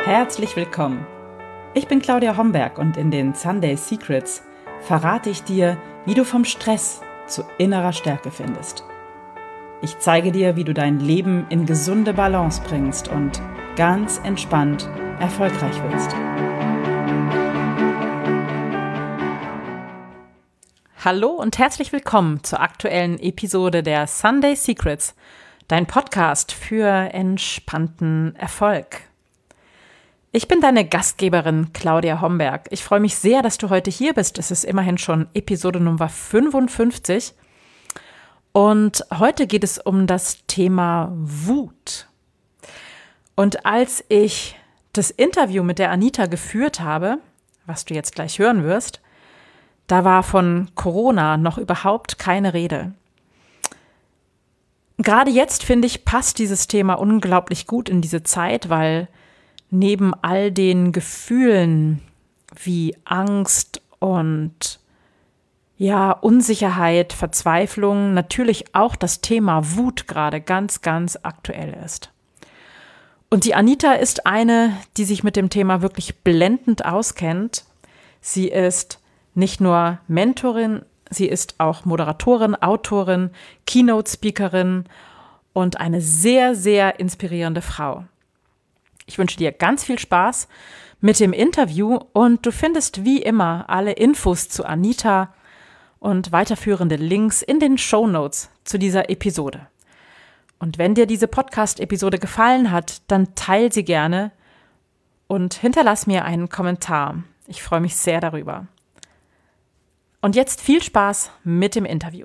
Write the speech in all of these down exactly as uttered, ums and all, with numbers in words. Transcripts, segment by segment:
herzlich willkommen. Ich bin Claudia Homberg und in den Sunday Secrets verrate ich dir, wie du vom Stress zu innerer Stärke findest. Ich zeige dir, wie du dein Leben in gesunde Balance bringst und ganz entspannt erfolgreich wirst. Hallo und herzlich willkommen zur aktuellen Episode der Sunday Secrets, dein Podcast für entspannten Erfolg. Ich bin deine Gastgeberin Claudia Homberg. Ich freue mich sehr, dass du heute hier bist. Es ist immerhin schon Episode Nummer fünfundfünfzig. Und heute geht es um das Thema Wut. Und als ich das Interview mit der Anita geführt habe, was du jetzt gleich hören wirst, da war von Corona noch überhaupt keine Rede. Gerade jetzt, finde ich, passt dieses Thema unglaublich gut in diese Zeit, weil neben all den Gefühlen wie Angst und ja, Unsicherheit, Verzweiflung natürlich auch das Thema Wut gerade ganz, ganz aktuell ist. Und die Anita ist eine, die sich mit dem Thema wirklich blendend auskennt. Sie ist nicht nur Mentorin, sie ist auch Moderatorin, Autorin, Keynote-Speakerin und eine sehr, sehr inspirierende Frau. Ich wünsche dir ganz viel Spaß mit dem Interview und du findest wie immer alle Infos zu Anita und weiterführende Links in den Shownotes zu dieser Episode. Und wenn dir diese Podcast-Episode gefallen hat, dann teile sie gerne und hinterlass mir einen Kommentar. Ich freue mich sehr darüber. Und jetzt viel Spaß mit dem Interview.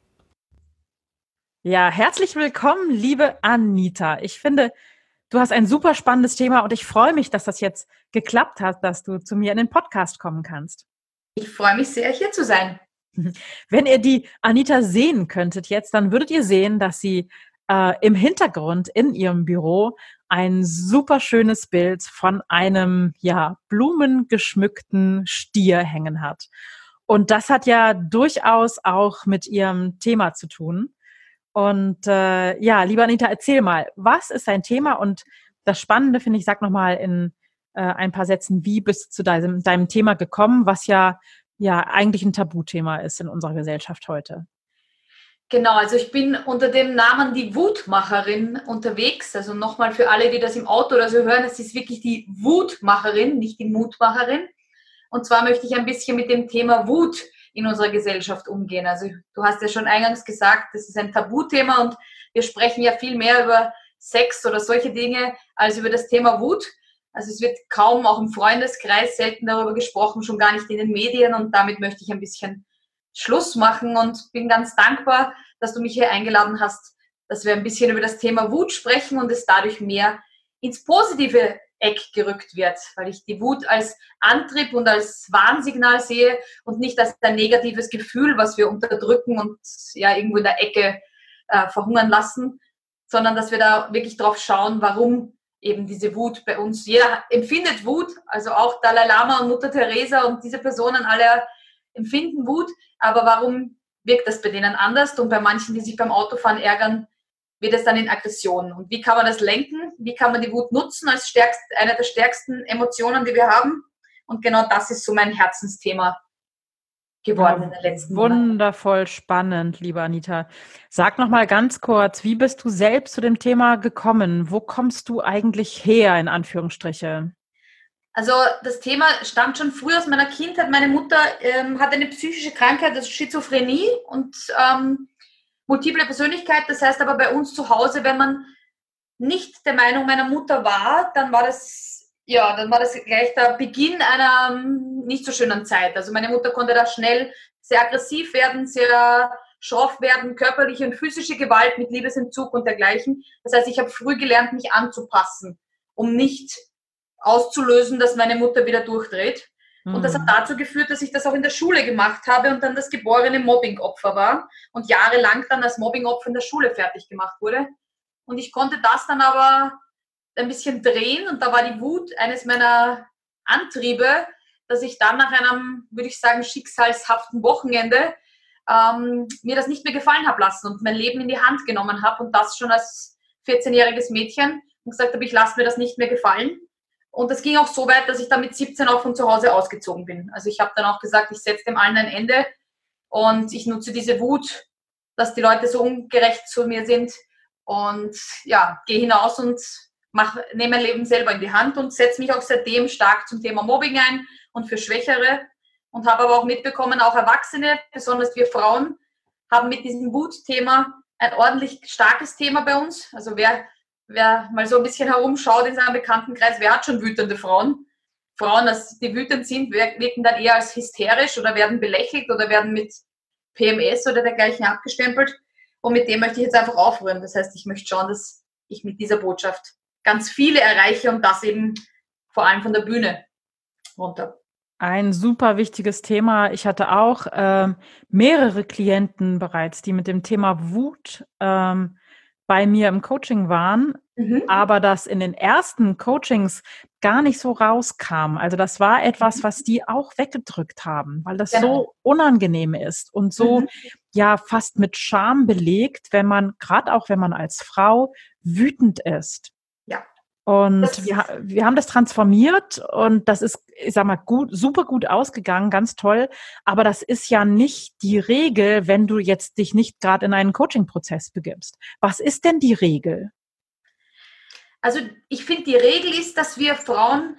Ja, herzlich willkommen, liebe Anita. Ich finde, du hast ein super spannendes Thema und ich freue mich, dass das jetzt geklappt hat, dass du zu mir in den Podcast kommen kannst. Ich freue mich sehr, hier zu sein. Wenn ihr die Anita sehen könntet jetzt, dann würdet ihr sehen, dass sie äh, im Hintergrund in ihrem Büro ein super schönes Bild von einem ja blumengeschmückten Stier hängen hat. Und das hat ja durchaus auch mit ihrem Thema zu tun. Und äh, ja, liebe Anita, erzähl mal, was ist dein Thema? Und das Spannende finde ich, sag nochmal in äh, ein paar Sätzen, wie bist du zu deinem, deinem Thema gekommen, was ja, ja eigentlich ein Tabuthema ist in unserer Gesellschaft heute. Genau, also ich bin unter dem Namen die Wutmacherin unterwegs. Also nochmal für alle, die das im Auto oder so hören, es ist wirklich die Wutmacherin, nicht die Mutmacherin. Und zwar möchte ich ein bisschen mit dem Thema Wut in unserer Gesellschaft umgehen. Also du hast ja schon eingangs gesagt, das ist ein Tabuthema und wir sprechen ja viel mehr über Sex oder solche Dinge als über das Thema Wut. Also es wird kaum, auch im Freundeskreis, selten darüber gesprochen, schon gar nicht in den Medien und damit möchte ich ein bisschen Schluss machen und bin ganz dankbar, dass du mich hier eingeladen hast, dass wir ein bisschen über das Thema Wut sprechen und es dadurch mehr ins Positive Eck gerückt wird, weil ich die Wut als Antrieb und als Warnsignal sehe und nicht als ein negatives Gefühl, was wir unterdrücken und ja irgendwo in der Ecke äh, verhungern lassen, sondern dass wir da wirklich drauf schauen, warum eben diese Wut bei uns, jeder empfindet Wut, also auch Dalai Lama und Mutter Teresa und diese Personen alle empfinden Wut, aber warum wirkt das bei denen anders und bei manchen, die sich beim Autofahren ärgern, wird es dann in Aggression. Und wie kann man das lenken? Wie kann man die Wut nutzen als stärkst, eine der stärksten Emotionen, die wir haben? Und genau das ist so mein Herzensthema geworden ja, in den letzten Monaten. Wundervoll spannend, liebe Anita. Sag noch mal ganz kurz, wie bist du selbst zu dem Thema gekommen? Wo kommst du eigentlich her, in Anführungsstriche? Also das Thema stammt schon früh aus meiner Kindheit. Meine Mutter ähm, hat eine psychische Krankheit, das ist Schizophrenie und ähm, multiple Persönlichkeit. Das heißt aber bei uns zu Hause, wenn man nicht der Meinung meiner Mutter war, dann war das, ja, dann war das gleich der Beginn einer um, nicht so schönen Zeit. Also meine Mutter konnte da schnell sehr aggressiv werden, sehr schroff werden, körperliche und physische Gewalt mit Liebesentzug und dergleichen. Das heißt, ich habe früh gelernt, mich anzupassen, um nicht auszulösen, dass meine Mutter wieder durchdreht. Und das hat dazu geführt, dass ich das auch in der Schule gemacht habe und dann das geborene Mobbingopfer war und jahrelang dann als Mobbingopfer in der Schule fertig gemacht wurde. Und ich konnte das dann aber ein bisschen drehen und da war die Wut eines meiner Antriebe, dass ich dann nach einem, würde ich sagen, schicksalshaften Wochenende ähm, mir das nicht mehr gefallen habe lassen und mein Leben in die Hand genommen habe und das schon als vierzehnjähriges Mädchen und gesagt habe, ich lasse mir das nicht mehr gefallen. Und das ging auch so weit, dass ich dann mit siebzehn auch von zu Hause ausgezogen bin. Also ich habe dann auch gesagt, ich setze dem allen ein Ende und ich nutze diese Wut, dass die Leute so ungerecht zu mir sind und ja, gehe hinaus und mach, nehme mein Leben selber in die Hand und setze mich auch seitdem stark zum Thema Mobbing ein und für Schwächere und habe aber auch mitbekommen, auch Erwachsene, besonders wir Frauen, haben mit diesem Wutthema ein ordentlich starkes Thema bei uns. Also wer, wer mal so ein bisschen herumschaut in seinem Bekanntenkreis, wer hat schon wütende Frauen? Frauen, die wütend sind, wirken dann eher als hysterisch oder werden belächelt oder werden mit P M S oder dergleichen abgestempelt. Und mit dem möchte ich jetzt einfach aufrühren. Das heißt, ich möchte schauen, dass ich mit dieser Botschaft ganz viele erreiche und das eben vor allem von der Bühne runter. Ein super wichtiges Thema. Ich hatte auch ähm, mehrere Klienten bereits, die mit dem Thema Wut ähm, bei mir im Coaching waren, mhm. aber das in den ersten Coachings gar nicht so rauskam. Also das war etwas, was die auch weggedrückt haben, weil das genau. so unangenehm ist und so mhm. ja fast mit Scham belegt, wenn man, gerade auch wenn man als Frau wütend ist. Ja. Und wir, wir haben das transformiert und das ist, ich sag mal, gut, super gut ausgegangen, ganz toll. Aber das ist ja nicht die Regel, wenn du jetzt dich nicht gerade in einen Coaching-Prozess begibst. Was ist denn die Regel? Also ich finde, die Regel ist, dass wir Frauen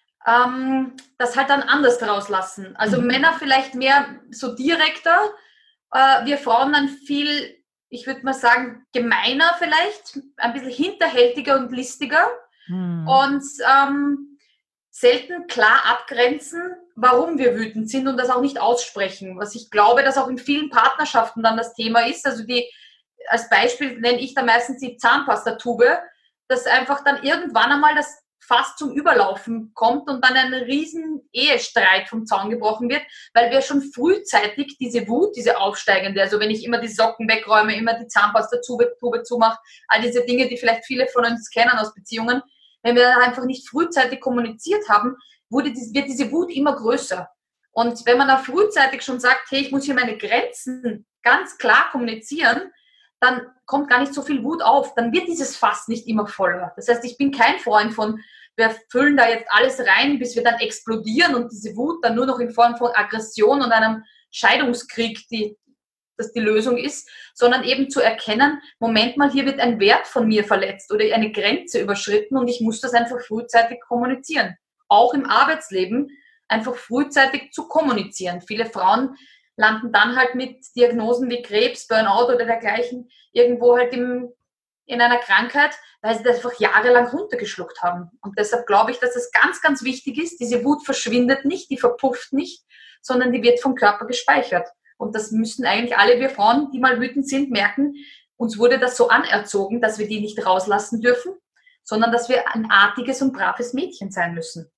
ähm, das halt dann anders rauslassen. Also mhm. Männer vielleicht mehr so direkter, äh, wir Frauen dann viel, ich würde mal sagen, gemeiner vielleicht, ein bisschen hinterhältiger und listiger. Hm. Und ähm, selten klar abgrenzen, warum wir wütend sind und das auch nicht aussprechen. Was ich glaube, dass auch in vielen Partnerschaften dann das Thema ist. Also die, als Beispiel nenne ich da meistens die Zahnpastatube, dass einfach dann irgendwann einmal das fast zum Überlaufen kommt und dann ein riesen Ehestreit vom Zaun gebrochen wird, weil wir schon frühzeitig diese Wut, diese aufsteigende, also wenn ich immer die Socken wegräume, immer die Zahnpastatube zumache, all diese Dinge, die vielleicht viele von uns kennen aus Beziehungen, wenn wir einfach nicht frühzeitig kommuniziert haben, wurde die, wird diese Wut immer größer. Und wenn man da frühzeitig schon sagt, hey, ich muss hier meine Grenzen ganz klar kommunizieren, dann kommt gar nicht so viel Wut auf. Dann wird dieses Fass nicht immer voller. Das heißt, ich bin kein Freund von, wir füllen da jetzt alles rein, bis wir dann explodieren und diese Wut dann nur noch in Form von Aggression und einem Scheidungskrieg, die, das die Lösung ist, sondern eben zu erkennen, Moment mal, hier wird ein Wert von mir verletzt oder eine Grenze überschritten und ich muss das einfach frühzeitig kommunizieren. Auch im Arbeitsleben einfach frühzeitig zu kommunizieren. Viele Frauen landen dann halt mit Diagnosen wie Krebs, Burnout oder dergleichen irgendwo halt im, in einer Krankheit, weil sie das einfach jahrelang runtergeschluckt haben. Und deshalb glaube ich, dass es ganz, ganz wichtig ist, diese Wut verschwindet nicht, die verpufft nicht, sondern die wird vom Körper gespeichert. Und das müssen eigentlich alle wir Frauen, die mal wütend sind, merken, uns wurde das so anerzogen, dass wir die nicht rauslassen dürfen, sondern dass wir ein artiges und braves Mädchen sein müssen.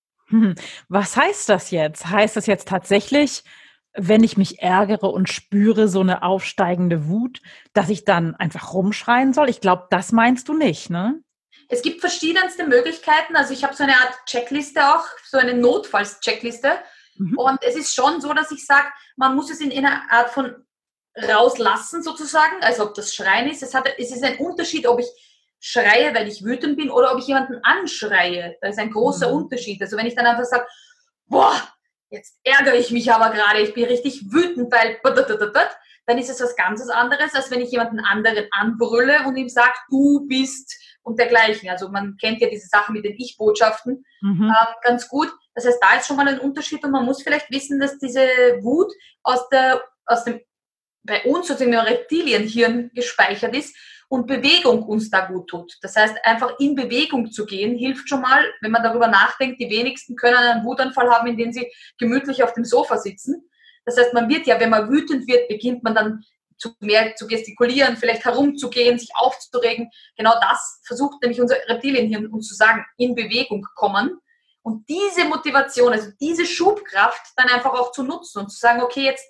Was heißt das jetzt? Heißt das jetzt tatsächlich, wenn ich mich ärgere und spüre so eine aufsteigende Wut, dass ich dann einfach rumschreien soll? Ich glaube, das meinst du nicht, ne? Es gibt verschiedenste Möglichkeiten. Also ich habe so eine Art Checkliste auch, so eine Notfalls-Checkliste. Mhm. Und es ist schon so, dass ich sage, man muss es in einer Art von rauslassen sozusagen, also ob das Schreien ist. Es, hat, es ist ein Unterschied, ob ich schreie, weil ich wütend bin oder ob ich jemanden anschreie. Da ist ein großer mhm. Unterschied. Also wenn ich dann einfach sage, boah, jetzt ärgere ich mich aber gerade, ich bin richtig wütend, weil dann ist es was ganz anderes, als wenn ich jemanden anderen anbrülle und ihm sage, du bist und dergleichen. Also man kennt ja diese Sachen mit den Ich-Botschaften mhm. ähm, ganz gut. Das heißt, da ist schon mal ein Unterschied und man muss vielleicht wissen, dass diese Wut aus, der, aus dem, bei uns, also im Reptilienhirn gespeichert ist und Bewegung uns da gut tut. Das heißt, einfach in Bewegung zu gehen, hilft schon mal, wenn man darüber nachdenkt, die wenigsten können einen Wutanfall haben, indem sie gemütlich auf dem Sofa sitzen. Das heißt, man wird ja, wenn man wütend wird, beginnt man dann zu mehr zu gestikulieren, vielleicht herumzugehen, sich aufzuregen. Genau das versucht nämlich unser Reptilienhirn uns zu sagen, in Bewegung kommen. Und diese Motivation, also diese Schubkraft dann einfach auch zu nutzen und zu sagen, okay, jetzt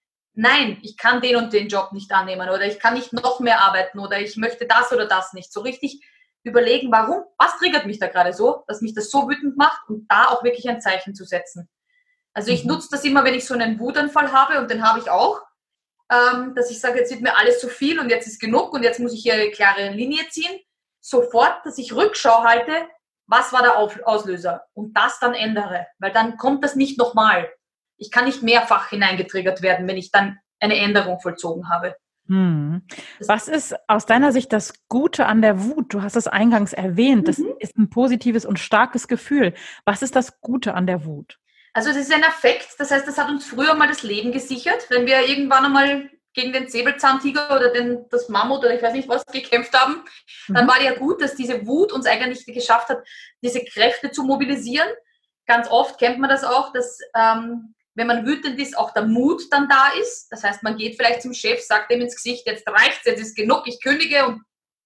nein, ich kann den und den Job nicht annehmen oder ich kann nicht noch mehr arbeiten oder ich möchte das oder das nicht. So richtig überlegen, warum, was triggert mich da gerade so, dass mich das so wütend macht und da auch wirklich ein Zeichen zu setzen. Also ich nutze das immer, wenn ich so einen Wutanfall habe und den habe ich auch, ähm, dass ich sage, jetzt wird mir alles zu viel und jetzt ist genug und jetzt muss ich hier eine klare Linie ziehen. Sofort, dass ich Rückschau halte, was war der Auslöser? Und das dann ändere, weil dann kommt das nicht nochmal. Ich kann nicht mehrfach hineingetriggert werden, wenn ich dann eine Änderung vollzogen habe. Hm. Was ist aus deiner Sicht das Gute an der Wut? Du hast es eingangs erwähnt, das Mhm. ist ein positives und starkes Gefühl. Was ist das Gute an der Wut? Also es ist ein Affekt, das heißt, das hat uns früher mal das Leben gesichert, wenn wir irgendwann einmal gegen den Säbelzahntiger oder den, das Mammut oder ich weiß nicht was gekämpft haben, dann Mhm. war ja gut, dass diese Wut uns eigentlich geschafft hat, diese Kräfte zu mobilisieren. Ganz oft kennt man das auch, dass ähm, wenn man wütend ist, auch der Mut dann da ist. Das heißt, man geht vielleicht zum Chef, sagt ihm ins Gesicht, jetzt reicht's, jetzt ist genug, ich kündige und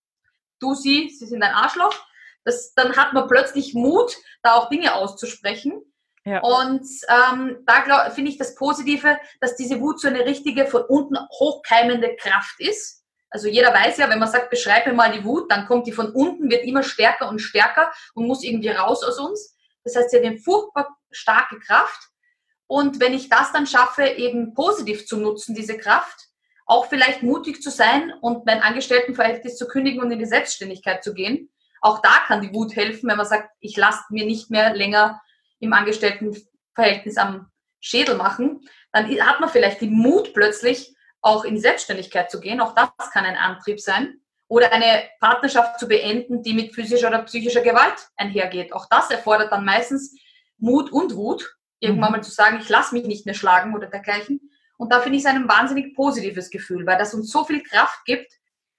du sie, sie sind ein Arschloch. Das, dann hat man plötzlich Mut, da auch Dinge auszusprechen. Ja. Und ähm, da finde ich das Positive, dass diese Wut so eine richtige, von unten hochkeimende Kraft ist. Also jeder weiß ja, wenn man sagt, beschreibe mal die Wut, dann kommt die von unten, wird immer stärker und stärker und muss irgendwie raus aus uns. Das heißt, sie hat eine furchtbar starke Kraft. Und wenn ich das dann schaffe, eben positiv zu nutzen, diese Kraft, auch vielleicht mutig zu sein und mein Angestelltenverhältnis zu kündigen und in die Selbstständigkeit zu gehen, auch da kann die Wut helfen, wenn man sagt, ich lasse mir nicht mehr länger im Angestelltenverhältnis am Schädel machen, dann hat man vielleicht den Mut plötzlich auch in die Selbstständigkeit zu gehen. Auch das kann ein Antrieb sein. Oder eine Partnerschaft zu beenden, die mit physischer oder psychischer Gewalt einhergeht. Auch das erfordert dann meistens Mut und Wut, irgendwann Mhm. mal zu sagen, ich lasse mich nicht mehr schlagen oder dergleichen. Und da finde ich es ein wahnsinnig positives Gefühl, weil das uns so viel Kraft gibt,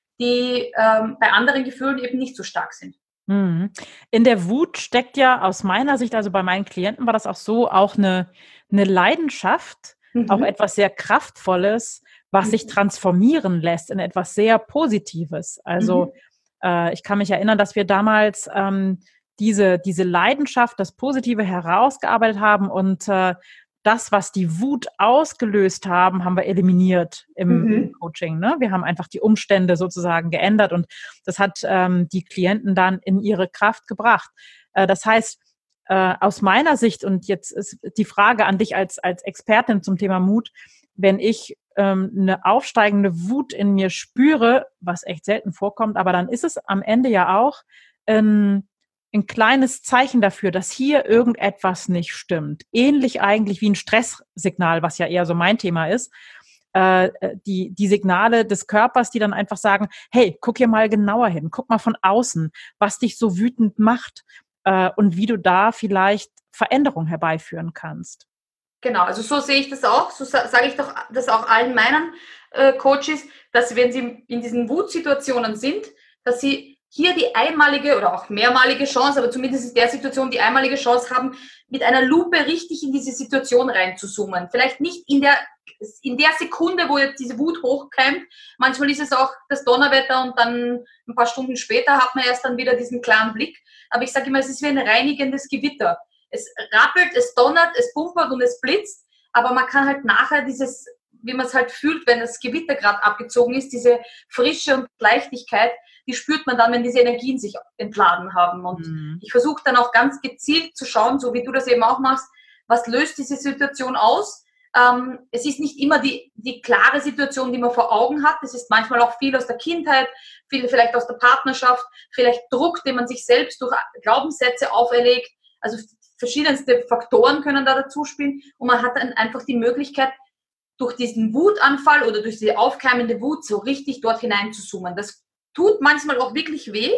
die ähm, bei anderen Gefühlen eben nicht so stark sind. Mhm. In der Wut steckt ja aus meiner Sicht, also bei meinen Klienten war das auch so, auch eine, eine Leidenschaft, auch Mhm. etwas sehr Kraftvolles, was sich Mhm. transformieren lässt in etwas sehr Positives. Also äh, ich kann mich erinnern, dass wir damals ähm, diese, diese Leidenschaft, das Positive herausgearbeitet haben und äh, das, was die Wut ausgelöst haben, haben wir eliminiert im, im Mhm. Coaching. Ne? Wir haben einfach die Umstände sozusagen geändert und das hat ähm, die Klienten dann in ihre Kraft gebracht. Äh, das heißt, äh, aus meiner Sicht, und jetzt ist die Frage an dich als, als Expertin zum Thema Mut, wenn ich ähm, eine aufsteigende Wut in mir spüre, was echt selten vorkommt, aber dann ist es am Ende ja auch ähm, ein kleines Zeichen dafür, dass hier irgendetwas nicht stimmt. Ähnlich eigentlich wie ein Stresssignal, was ja eher so mein Thema ist. Äh, die, die Signale des Körpers, die dann einfach sagen, hey, guck hier mal genauer hin, guck mal von außen, was dich so wütend macht äh, und wie du da vielleicht Veränderung herbeiführen kannst. Genau, also so sehe ich das auch. So sa sage ich doch das auch allen meinen äh, Coaches, dass wenn sie in diesen Wutsituationen sind, dass sie hier die einmalige oder auch mehrmalige Chance, aber zumindest in der Situation die einmalige Chance haben, mit einer Lupe richtig in diese Situation reinzuzoomen. Vielleicht nicht in der, in der Sekunde, wo jetzt diese Wut hochkeimt. Manchmal ist es auch das Donnerwetter und dann ein paar Stunden später hat man erst dann wieder diesen klaren Blick. Aber ich sage immer, es ist wie ein reinigendes Gewitter. Es rappelt, es donnert, es pumpert und es blitzt, aber man kann halt nachher dieses, wie man es halt fühlt, wenn das Gewitter gerade abgezogen ist, diese Frische und Leichtigkeit, die spürt man dann, wenn diese Energien sich entladen haben. Und Mhm. ich versuche dann auch ganz gezielt zu schauen, so wie du das eben auch machst, was löst diese Situation aus? Ähm, es ist nicht immer die, die klare Situation, die man vor Augen hat. Es ist manchmal auch viel aus der Kindheit, viel vielleicht aus der Partnerschaft, vielleicht Druck, den man sich selbst durch Glaubenssätze auferlegt. Also verschiedenste Faktoren können da dazu spielen und man hat dann einfach die Möglichkeit, durch diesen Wutanfall oder durch diese aufkeimende Wut so richtig dort hinein zu zoomen. Das tut manchmal auch wirklich weh,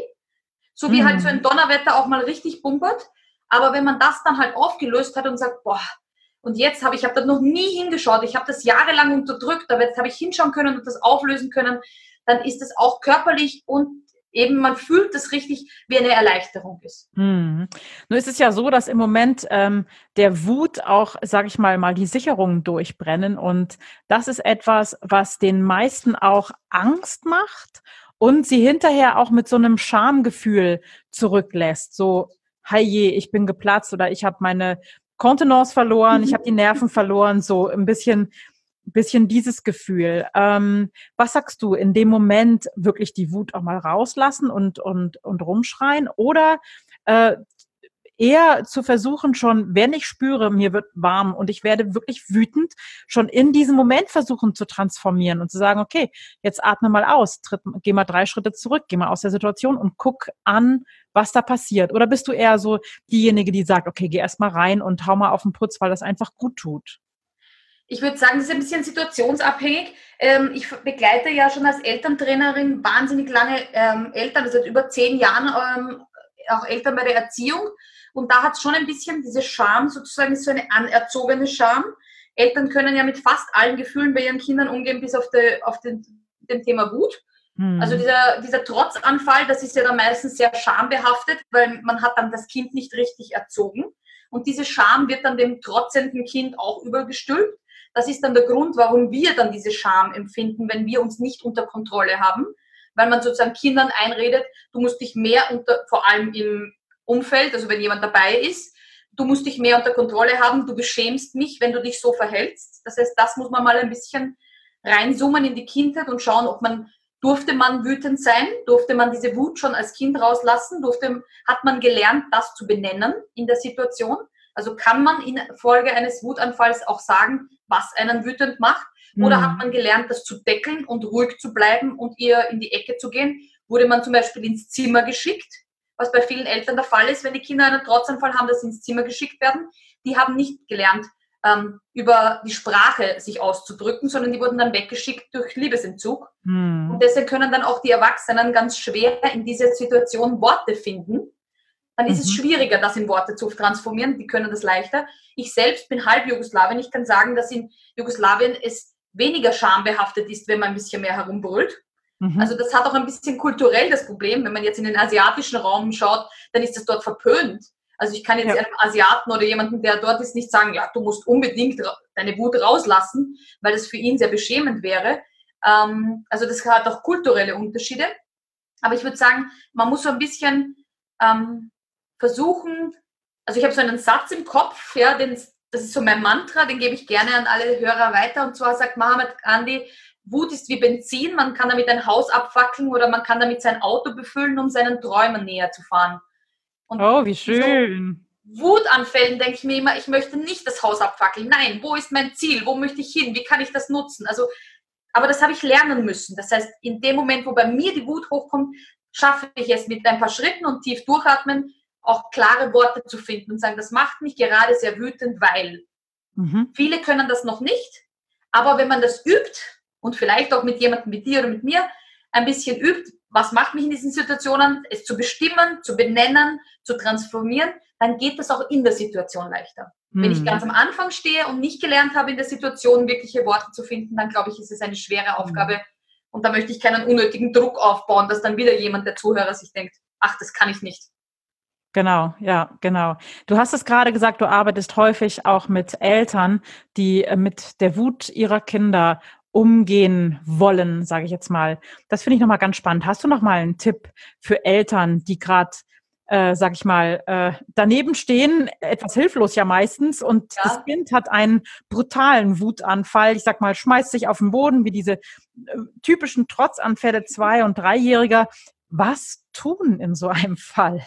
so wie halt so ein Mhm. Donnerwetter auch mal richtig pumpert. Aber wenn man das dann halt aufgelöst hat und sagt, boah, und jetzt habe ich, habe da noch nie hingeschaut, ich habe das jahrelang unterdrückt, aber jetzt habe ich hinschauen können und das auflösen können, dann ist es auch körperlich und eben man fühlt das richtig, wie eine Erleichterung ist. Hm. Nur ist es ja so, dass im Moment ähm, der Wut auch, sage ich mal, mal die Sicherungen durchbrennen. Und das ist etwas, was den meisten auch Angst macht und sie hinterher auch mit so einem Schamgefühl zurücklässt. So, je, ich bin geplatzt oder ich habe meine Kontenance verloren, ich habe die Nerven verloren, so ein bisschen bisschen dieses Gefühl. Ähm, was sagst du, in dem Moment wirklich die Wut auch mal rauslassen und, und, und rumschreien? Oder äh, eher zu versuchen, schon, wenn ich spüre, mir wird warm und ich werde wirklich wütend, schon in diesem Moment versuchen zu transformieren und zu sagen, okay, jetzt atme mal aus, tritt, geh mal drei Schritte zurück, geh mal aus der Situation und guck an, was da passiert. Oder bist du eher so diejenige, die sagt, okay, geh erst mal rein und hau mal auf den Putz, weil das einfach gut tut? Ich würde sagen, das ist ein bisschen situationsabhängig. Ähm, ich begleite ja schon als Elterntrainerin wahnsinnig lange ähm, Eltern, also seit über zehn Jahren ähm, auch Eltern bei der Erziehung. Und da hat es schon ein bisschen diese Scham, sozusagen ist so eine anerzogene Scham. Eltern können ja mit fast allen Gefühlen bei ihren Kindern umgehen, bis auf, de, auf den, dem Thema Wut. Hm. Also dieser, dieser Trotzanfall, das ist ja dann meistens sehr schambehaftet, weil man hat dann das Kind nicht richtig erzogen. Und diese Scham wird dann dem trotzenden Kind auch übergestülpt. Das ist dann der Grund, warum wir dann diese Scham empfinden, wenn wir uns nicht unter Kontrolle haben, weil man sozusagen Kindern einredet, du musst dich mehr unter, vor allem im Umfeld, also wenn jemand dabei ist, du musst dich mehr unter Kontrolle haben, du beschämst mich, wenn du dich so verhältst. Das heißt, das muss man mal ein bisschen reinzoomen in die Kindheit und schauen, ob man, durfte man wütend sein, durfte man diese Wut schon als Kind rauslassen, durfte, hat man gelernt, das zu benennen in der Situation. Also kann man in Folge eines Wutanfalls auch sagen, was einen wütend macht? Oder Hm. hat man gelernt, das zu deckeln und ruhig zu bleiben und eher in die Ecke zu gehen? Wurde man zum Beispiel ins Zimmer geschickt, was bei vielen Eltern der Fall ist, wenn die Kinder einen Trotzanfall haben, dass sie ins Zimmer geschickt werden. Die haben nicht gelernt, ähm, über die Sprache sich auszudrücken, sondern die wurden dann weggeschickt durch Liebesentzug. Hm. Und deshalb können dann auch die Erwachsenen ganz schwer in dieser Situation Worte finden. Dann ist es schwieriger, das in Worte zu transformieren. Die können das leichter. Ich selbst bin halb Jugoslawin. Ich kann sagen, dass in Jugoslawien es weniger schambehaftet ist, wenn man ein bisschen mehr herumbrüllt. Mhm. Also das hat auch ein bisschen kulturell das Problem. Wenn man jetzt in den asiatischen Raum schaut, dann ist das dort verpönt. Also ich kann jetzt ja. einem Asiaten oder jemanden, der dort ist, nicht sagen, ja, du musst unbedingt deine Wut rauslassen, weil das für ihn sehr beschämend wäre. Ähm, also das hat auch kulturelle Unterschiede. Aber ich würde sagen, man muss so ein bisschen ähm, versuchen, also ich habe so einen Satz im Kopf, ja, den, das ist so mein Mantra, den gebe ich gerne an alle Hörer weiter. Und zwar sagt Mohammed Gandhi, Wut ist wie Benzin, man kann damit ein Haus abfackeln oder man kann damit sein Auto befüllen, um seinen Träumen näher zu fahren. Und oh, wie schön. So Wutanfällen denke ich mir immer, ich möchte nicht das Haus abfackeln. Nein, wo ist mein Ziel? Wo möchte ich hin? Wie kann ich das nutzen? Also, aber das habe ich lernen müssen. Das heißt, in dem Moment, wo bei mir die Wut hochkommt, schaffe ich es mit ein paar Schritten und tief durchatmen, auch klare Worte zu finden und sagen, das macht mich gerade sehr wütend, weil. Mhm. Viele können das noch nicht, aber wenn man das übt und vielleicht auch mit jemandem wie dir oder mit mir ein bisschen übt, was macht mich in diesen Situationen, es zu bestimmen, zu benennen, zu transformieren, dann geht das auch in der Situation leichter. Mhm. Wenn ich ganz am Anfang stehe und nicht gelernt habe, in der Situation wirkliche Worte zu finden, dann glaube ich, ist es eine schwere Aufgabe. Mhm. Und da möchte ich keinen unnötigen Druck aufbauen, dass dann wieder jemand, der Zuhörer, sich denkt, ach, das kann ich nicht. Genau, ja, genau. Du hast es gerade gesagt, du arbeitest häufig auch mit Eltern, die mit der Wut ihrer Kinder umgehen wollen, sage ich jetzt mal. Das finde ich nochmal ganz spannend. Hast du nochmal einen Tipp für Eltern, die gerade, äh, sage ich mal, äh, daneben stehen, etwas hilflos ja meistens, und ja. das Kind hat einen brutalen Wutanfall, ich sag mal, schmeißt sich auf den Boden, wie diese äh, typischen Trotzanfälle zwei- und dreijähriger. Was tun in so einem Fall?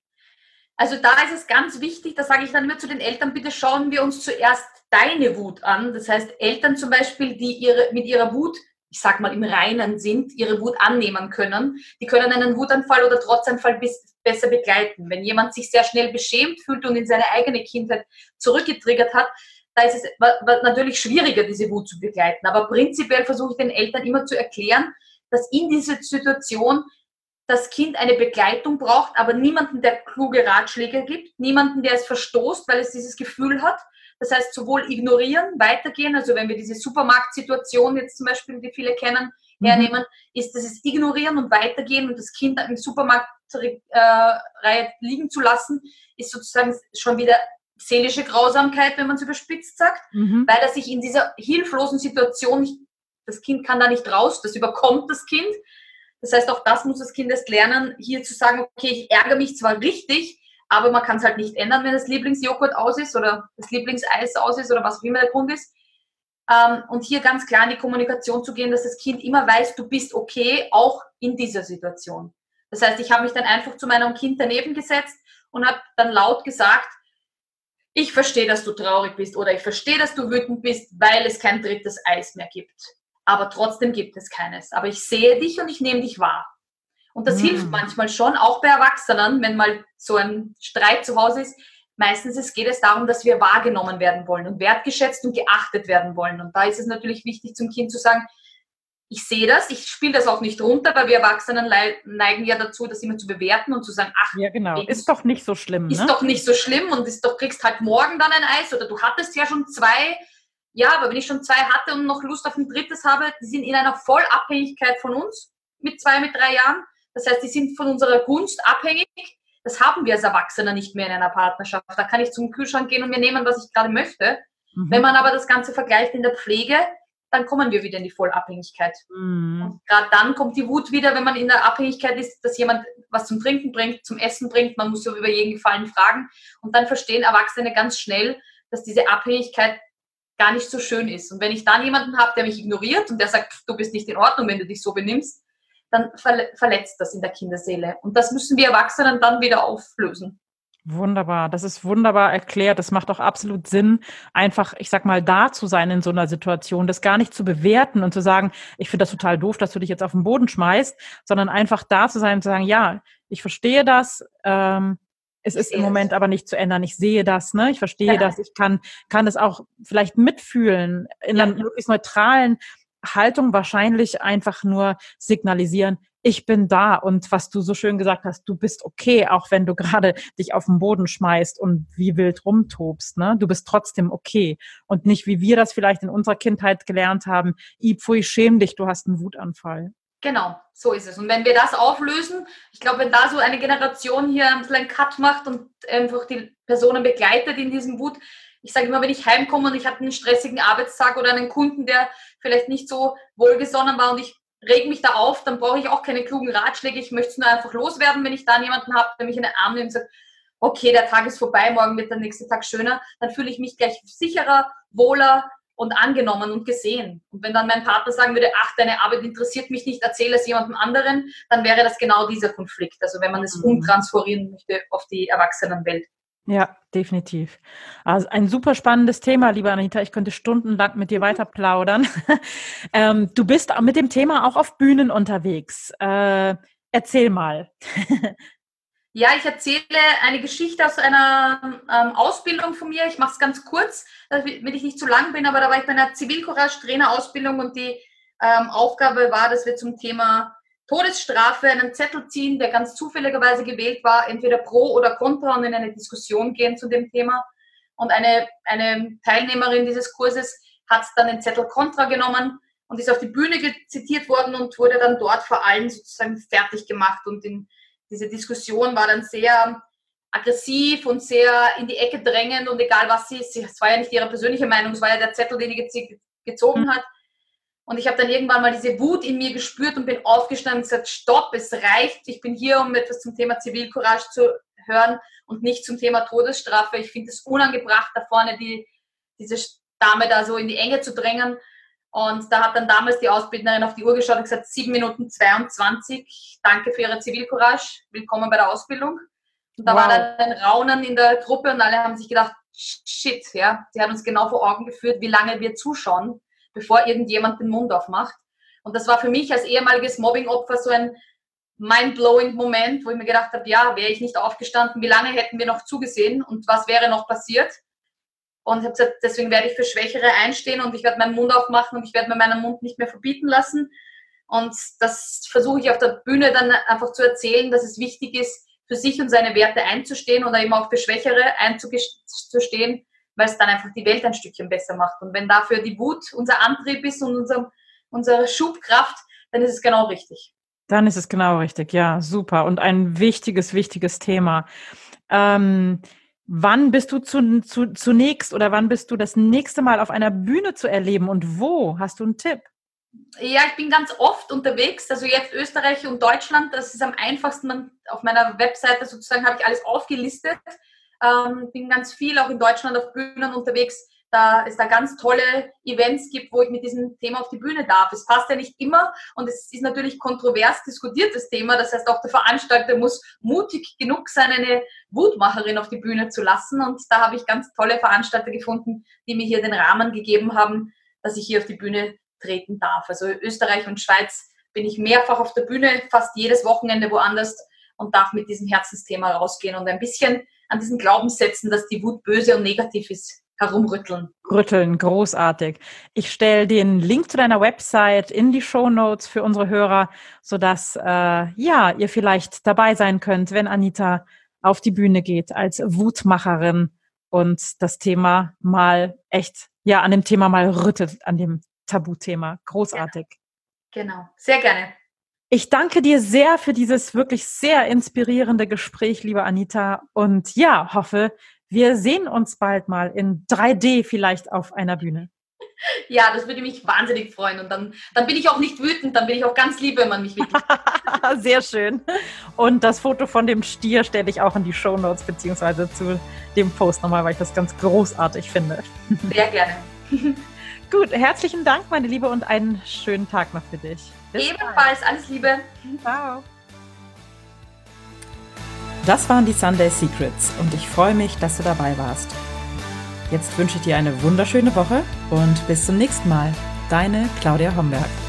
Also da ist es ganz wichtig, da sage ich dann immer zu den Eltern, bitte schauen wir uns zuerst deine Wut an. Das heißt, Eltern zum Beispiel, die ihre, mit ihrer Wut, ich sag mal im Reinen sind, ihre Wut annehmen können, die können einen Wutanfall oder Trotzanfall bis, besser begleiten. Wenn jemand sich sehr schnell beschämt fühlt und in seine eigene Kindheit zurückgetriggert hat, da ist es natürlich schwieriger, diese Wut zu begleiten. Aber prinzipiell versuche ich den Eltern immer zu erklären, dass in dieser Situation das Kind eine Begleitung braucht, aber niemanden, der kluge Ratschläge gibt, niemanden, der es verstoßt, weil es dieses Gefühl hat. Das heißt, sowohl ignorieren, weitergehen, also wenn wir diese Supermarktsituation jetzt zum Beispiel, die viele kennen, mhm. hernehmen, ist das es ignorieren und weitergehen und das Kind im Supermarktreihe äh, liegen zu lassen, ist sozusagen schon wieder seelische Grausamkeit, wenn man es überspitzt sagt, mhm. weil er sich in dieser hilflosen Situation nicht, das Kind kann da nicht raus, das überkommt das Kind. Das heißt, auch das muss das Kind erst lernen, hier zu sagen, okay, ich ärgere mich zwar richtig, aber man kann es halt nicht ändern, wenn das Lieblingsjoghurt aus ist oder das Lieblingseis aus ist oder was auch immer der Grund ist. Und hier ganz klar in die Kommunikation zu gehen, dass das Kind immer weiß, du bist okay, auch in dieser Situation. Das heißt, ich habe mich dann einfach zu meinem Kind daneben gesetzt und habe dann laut gesagt, ich verstehe, dass du traurig bist oder ich verstehe, dass du wütend bist, weil es kein drittes Eis mehr gibt. Aber trotzdem gibt es keines. Aber ich sehe dich und ich nehme dich wahr. Und das Mhm. hilft manchmal schon, auch bei Erwachsenen, wenn mal so ein Streit zu Hause ist. Meistens geht es darum, dass wir wahrgenommen werden wollen und wertgeschätzt und geachtet werden wollen. Und da ist es natürlich wichtig, zum Kind zu sagen, ich sehe das, ich spiele das auch nicht runter, weil wir Erwachsenen neigen ja dazu, das immer zu bewerten und zu sagen, ach, ja, genau, ist doch nicht so schlimm, ist ne? doch nicht so schlimm und ist doch, kriegst halt morgen dann ein Eis oder du hattest ja schon zwei. Ja, aber wenn ich schon zwei hatte und noch Lust auf ein drittes habe, die sind in einer Vollabhängigkeit von uns mit zwei, mit drei Jahren. Das heißt, die sind von unserer Gunst abhängig. Das haben wir als Erwachsener nicht mehr in einer Partnerschaft. Da kann ich zum Kühlschrank gehen und mir nehmen, was ich gerade möchte. Mhm. Wenn man aber das Ganze vergleicht in der Pflege, dann kommen wir wieder in die Vollabhängigkeit. Mhm. Und gerade dann kommt die Wut wieder, wenn man in der Abhängigkeit ist, dass jemand was zum Trinken bringt, zum Essen bringt. Man muss so über jeden Gefallen fragen. Und dann verstehen Erwachsene ganz schnell, dass diese Abhängigkeit gar nicht so schön ist. Und wenn ich dann jemanden habe, der mich ignoriert und der sagt, du bist nicht in Ordnung, wenn du dich so benimmst, dann verletzt das in der Kinderseele. Und das müssen wir Erwachsenen dann wieder auflösen. Wunderbar, das ist wunderbar erklärt. Das macht auch absolut Sinn, einfach, ich sag mal, da zu sein in so einer Situation, das gar nicht zu bewerten und zu sagen, ich finde das total doof, dass du dich jetzt auf den Boden schmeißt, sondern einfach da zu sein und zu sagen, ja, ich verstehe das, ähm, es ist im Moment aber nicht zu ändern. Ich sehe das, ne? Ich verstehe Genau. das. Ich kann, kann das auch vielleicht mitfühlen, in Ja. einer möglichst neutralen Haltung wahrscheinlich einfach nur signalisieren, ich bin da und was du so schön gesagt hast, du bist okay, auch wenn du gerade dich auf den Boden schmeißt und wie wild rumtobst, ne? Du bist trotzdem okay und nicht, wie wir das vielleicht in unserer Kindheit gelernt haben, i pfui, schäm dich, du hast einen Wutanfall. Genau, so ist es. Und wenn wir das auflösen, ich glaube, wenn da so eine Generation hier ein bisschen einen Cut macht und einfach die Personen begleitet in diesem Wut, ich sage immer, wenn ich heimkomme und ich habe einen stressigen Arbeitstag oder einen Kunden, der vielleicht nicht so wohlgesonnen war und ich reg mich da auf, dann brauche ich auch keine klugen Ratschläge. Ich möchte es nur einfach loswerden, wenn ich da jemanden habe, der mich in den Arm nimmt und sagt, okay, der Tag ist vorbei, morgen wird der nächste Tag schöner, dann fühle ich mich gleich sicherer, wohler und angenommen und gesehen. Und wenn dann mein Partner sagen würde, ach, deine Arbeit interessiert mich nicht, erzähle es jemandem anderen, dann wäre das genau dieser Konflikt. Also wenn man es umtransferieren möchte auf die Erwachsenenwelt. Ja, definitiv. Also ein super spannendes Thema, liebe Anita. Ich könnte stundenlang mit dir weiter plaudern. ähm, du bist mit dem Thema auch auf Bühnen unterwegs. Äh, erzähl mal. Ja, ich erzähle eine Geschichte aus einer ähm, Ausbildung von mir. Ich mache es ganz kurz, damit ich nicht zu lang bin, aber da war ich bei einer Zivilcourage-Trainer-Ausbildung und die ähm, Aufgabe war, dass wir zum Thema Todesstrafe einen Zettel ziehen, der ganz zufälligerweise gewählt war, entweder pro oder contra und in eine Diskussion gehen zu dem Thema. Und eine, eine Teilnehmerin dieses Kurses hat dann den Zettel contra genommen und ist auf die Bühne zitiert worden und wurde dann dort vor allem sozusagen fertig gemacht. Und in, diese Diskussion war dann sehr aggressiv und sehr in die Ecke drängend und egal was sie ist, es war ja nicht ihre persönliche Meinung, es war ja der Zettel, den sie gezogen hat. Und ich habe dann irgendwann mal diese Wut in mir gespürt und bin aufgestanden und gesagt, stopp, es reicht. Ich bin hier, um etwas zum Thema Zivilcourage zu hören und nicht zum Thema Todesstrafe. Ich finde es unangebracht, da vorne die, diese Dame da so in die Enge zu drängen. Und da hat dann damals die Ausbildnerin auf die Uhr geschaut und gesagt, sieben Minuten zweiundzwanzig, danke für Ihre Zivilcourage, willkommen bei der Ausbildung. Und da wow. war dann ein Raunen in der Gruppe und alle haben sich gedacht, shit, ja, sie hat uns genau vor Augen geführt, wie lange wir zuschauen, bevor irgendjemand den Mund aufmacht. Und das war für mich als ehemaliges Mobbing-Opfer so ein mind-blowing Moment, wo ich mir gedacht habe, ja, wäre ich nicht aufgestanden, wie lange hätten wir noch zugesehen und was wäre noch passiert? Und ich habe gesagt, deswegen werde ich für Schwächere einstehen und ich werde meinen Mund aufmachen und ich werde mir meinen Mund nicht mehr verbieten lassen. Und das versuche ich auf der Bühne dann einfach zu erzählen, dass es wichtig ist, für sich und seine Werte einzustehen oder eben auch für Schwächere einzustehen, weil es dann einfach die Welt ein Stückchen besser macht. Und wenn dafür die Wut unser Antrieb ist und unser, unsere Schubkraft, dann ist es genau richtig. Dann ist es genau richtig, ja, super. Und ein wichtiges, wichtiges Thema. Ähm, wann bist du zu, zu, zunächst oder wann bist du das nächste Mal auf einer Bühne zu erleben und wo? Hast du einen Tipp? Ja, ich bin ganz oft unterwegs, also jetzt Österreich und Deutschland, das ist am einfachsten, auf meiner Webseite sozusagen habe ich alles aufgelistet, ähm, bin ganz viel auch in Deutschland auf Bühnen unterwegs, da es da ganz tolle Events gibt, wo ich mit diesem Thema auf die Bühne darf. Es passt ja nicht immer und es ist natürlich kontrovers diskutiertes Thema. Das heißt, auch der Veranstalter muss mutig genug sein, eine Wutmacherin auf die Bühne zu lassen. Und da habe ich ganz tolle Veranstalter gefunden, die mir hier den Rahmen gegeben haben, dass ich hier auf die Bühne treten darf. Also Österreich und Schweiz bin ich mehrfach auf der Bühne, fast jedes Wochenende woanders und darf mit diesem Herzensthema rausgehen und ein bisschen an diesen Glaubenssätzen, dass die Wut böse und negativ ist, herumrütteln. Rütteln, großartig. Ich stelle den Link zu deiner Website in die Shownotes für unsere Hörer, sodass äh, ja, ihr vielleicht dabei sein könnt, wenn Anita auf die Bühne geht als Wutmacherin und das Thema mal echt, ja, an dem Thema mal rüttelt, an dem Tabuthema. Großartig. Ja, genau, sehr gerne. Ich danke dir sehr für dieses wirklich sehr inspirierende Gespräch, liebe Anita. Und ja, hoffe, wir sehen uns bald mal in drei D vielleicht auf einer Bühne. Ja, das würde mich wahnsinnig freuen. Und dann, dann bin ich auch nicht wütend, dann bin ich auch ganz lieb, wenn man mich wirklich... Sehr schön. Und das Foto von dem Stier stelle ich auch in die Shownotes beziehungsweise zu dem Post nochmal, weil ich das ganz großartig finde. Sehr gerne. Gut, herzlichen Dank, meine Liebe, und einen schönen Tag noch für dich. Bis Ebenfalls, bald. Alles Liebe. Ciao. Das waren die Sunday Secrets und ich freue mich, dass du dabei warst. Jetzt wünsche ich dir eine wunderschöne Woche und bis zum nächsten Mal. Deine Claudia Homberg.